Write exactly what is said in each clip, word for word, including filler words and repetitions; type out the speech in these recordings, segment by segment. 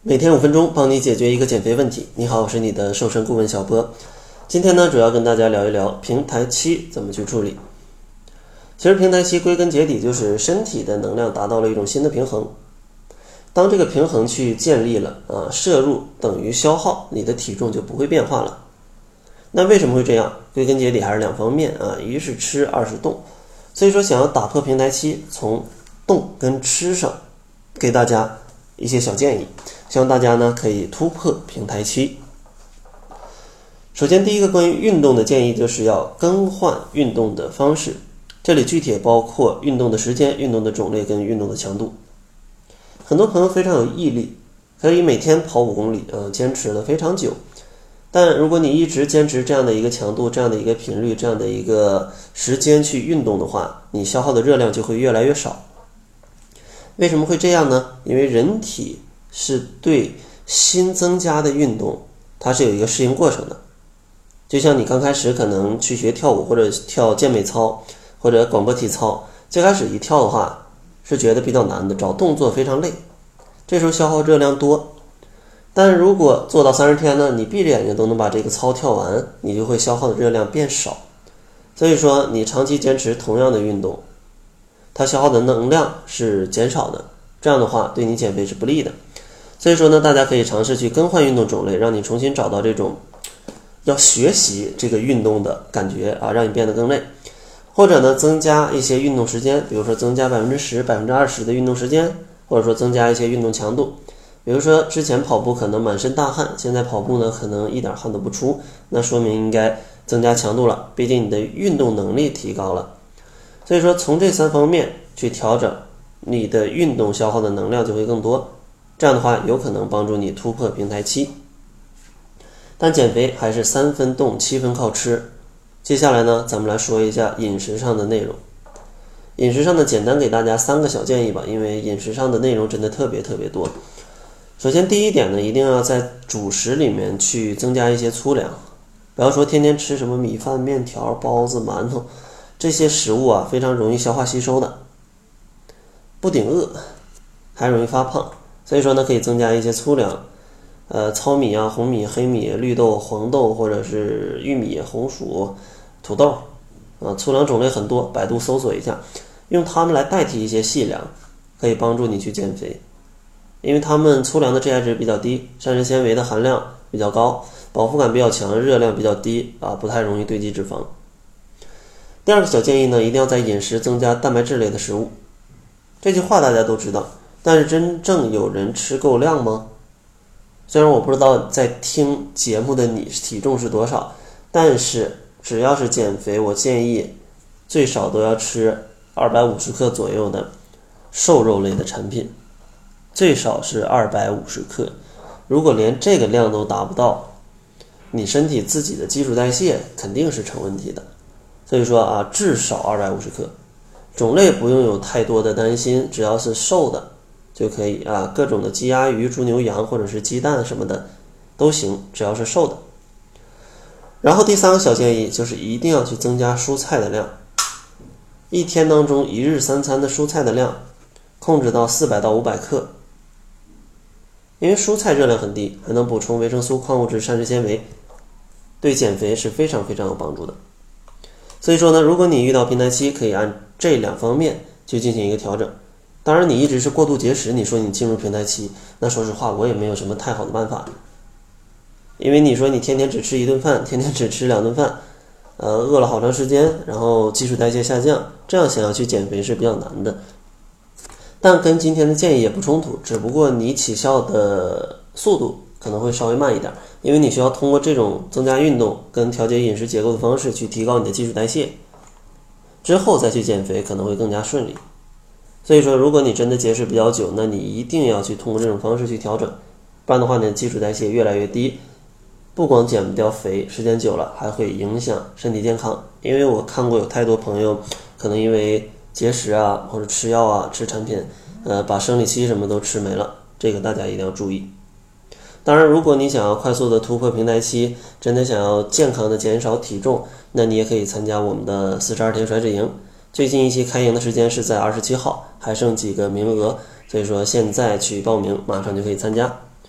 每天五分钟，帮你解决一个减肥问题。你好，我是你的瘦身顾问小波。今天呢，主要跟大家聊一聊平台期怎么去处理。其实平台期归根结底就是身体的能量达到了一种新的平衡。当这个平衡去建立了啊，摄入等于消耗，你的体重就不会变化了。那为什么会这样？归根结底还是两方面啊，一是吃，二是动。所以说，想要打破平台期，从动跟吃上给大家一些小建议，希望大家呢可以突破平台期。首先，第一个关于运动的建议就是要更换运动的方式，这里具体也包括运动的时间、运动的种类跟运动的强度。很多朋友非常有毅力，可以每天跑五公里，呃，坚持了非常久。但如果你一直坚持这样的一个强度、这样的一个频率、这样的一个时间去运动的话，你消耗的热量就会越来越少。为什么会这样呢？因为人体是对新增加的运动，它是有一个适应过程的。就像你刚开始可能去学跳舞或者跳健美操或者广播体操，最开始一跳的话是觉得比较难的，找动作非常累，这时候消耗热量多。但如果做到三十天呢，你闭着眼睛都能把这个操跳完，你就会消耗的热量变少。所以说你长期坚持同样的运动，它消耗的能量是减少的，这样的话对你减肥是不利的。所以说呢，大家可以尝试去更换运动种类，让你重新找到这种要学习这个运动的感觉啊，让你变得更累。或者呢，增加一些运动时间，比如说增加 百分之十、百分之二十 的运动时间，或者说增加一些运动强度。比如说之前跑步可能满身大汗，现在跑步呢可能一点汗都不出，那说明应该增加强度了，毕竟你的运动能力提高了。所以说从这三方面去调整，你的运动消耗的能量就会更多，这样的话有可能帮助你突破平台期。但减肥还是三分动七分靠吃。接下来呢，咱们来说一下饮食上的内容。饮食上的简单给大家三个小建议吧，因为饮食上的内容真的特别特别多。首先第一点呢，一定要在主食里面去增加一些粗粮，不要说天天吃什么米饭、面条、包子、馒头，这些食物啊非常容易消化吸收的，不顶饿，还容易发胖。所以说呢，可以增加一些粗粮，呃，糙米啊、红米、黑米、绿豆、黄豆，或者是玉米、红薯、土豆啊，粗粮种类很多，百度搜索一下，用它们来代替一些细粮，可以帮助你去减肥。因为它们粗粮的 G I 值比较低，膳食纤维的含量比较高，饱腹感比较强，热量比较低啊，不太容易堆积脂肪。第二个小建议呢，一定要在饮食增加蛋白质类的食物。这句话大家都知道，但是真正有人吃够量吗？虽然我不知道在听节目的你体重是多少，但是只要是减肥，我建议最少都要吃二百五十克左右的瘦肉类的产品，最少是二百五十克。如果连这个量都达不到，你身体自己的基础代谢肯定是成问题的。所以说啊，至少二百五十克。种类不用有太多的担心，只要是瘦的就可以啊，各种的鸡鸭鱼猪牛羊或者是鸡蛋什么的都行，只要是瘦的。然后第三个小建议就是一定要去增加蔬菜的量，一天当中一日三餐的蔬菜的量控制到四百到五百克，因为蔬菜热量很低，还能补充维生素、矿物质、膳食纤维，对减肥是非常非常有帮助的。所以说呢，如果你遇到平台期，可以按这两方面去进行一个调整。当然你一直是过度节食，你说你进入平台期，那说实话我也没有什么太好的办法。因为你说你天天只吃一顿饭，天天只吃两顿饭，呃，饿了好长时间，然后基础代谢下降，这样想要去减肥是比较难的。但跟今天的建议也不冲突，只不过你起效的速度可能会稍微慢一点，因为你需要通过这种增加运动跟调节饮食结构的方式去提高你的基础代谢，之后再去减肥可能会更加顺利。所以说如果你真的节食比较久，那你一定要去通过这种方式去调整，不然的话你的基础代谢越来越低，不光减不掉肥，时间久了还会影响身体健康。因为我看过有太多朋友可能因为节食啊或者吃药啊吃产品，呃，把生理期什么都吃没了，这个大家一定要注意。当然如果你想要快速的突破平台期，真的想要健康的减少体重，那你也可以参加我们的四十二天甩脂营。最近一期开营的时间是在二十七号，还剩几个名额，所以说现在去报名马上就可以参加。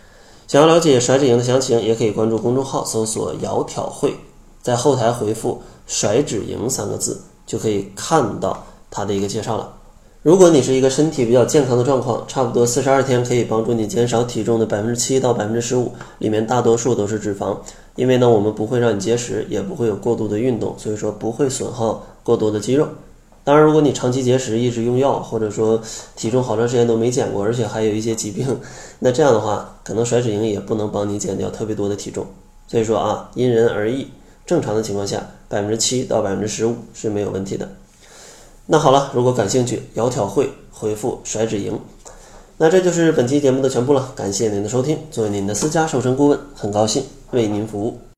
想要了解甩脂营的详情，也可以关注公众号搜索窈窕会，在后台回复甩脂营三个字，就可以看到它的一个介绍了。如果你是一个身体比较健康的状况，差不多四十二天可以帮助你减少体重的 百分之七 到 百分之十五， 里面大多数都是脂肪。因为呢，我们不会让你节食，也不会有过度的运动，所以说不会损耗过多的肌肉。当然，如果你长期节食，一直用药，或者说体重好长时间都没减过，而且还有一些疾病，那这样的话，可能甩脂营也不能帮你减掉特别多的体重。所以说啊，因人而异，正常的情况下 百分之七 到 百分之十五 是没有问题的。那好了，如果感兴趣，窈窕会回复甩脂营。那这就是本期节目的全部了，感谢您的收听。作为您的私家瘦身顾问，很高兴为您服务。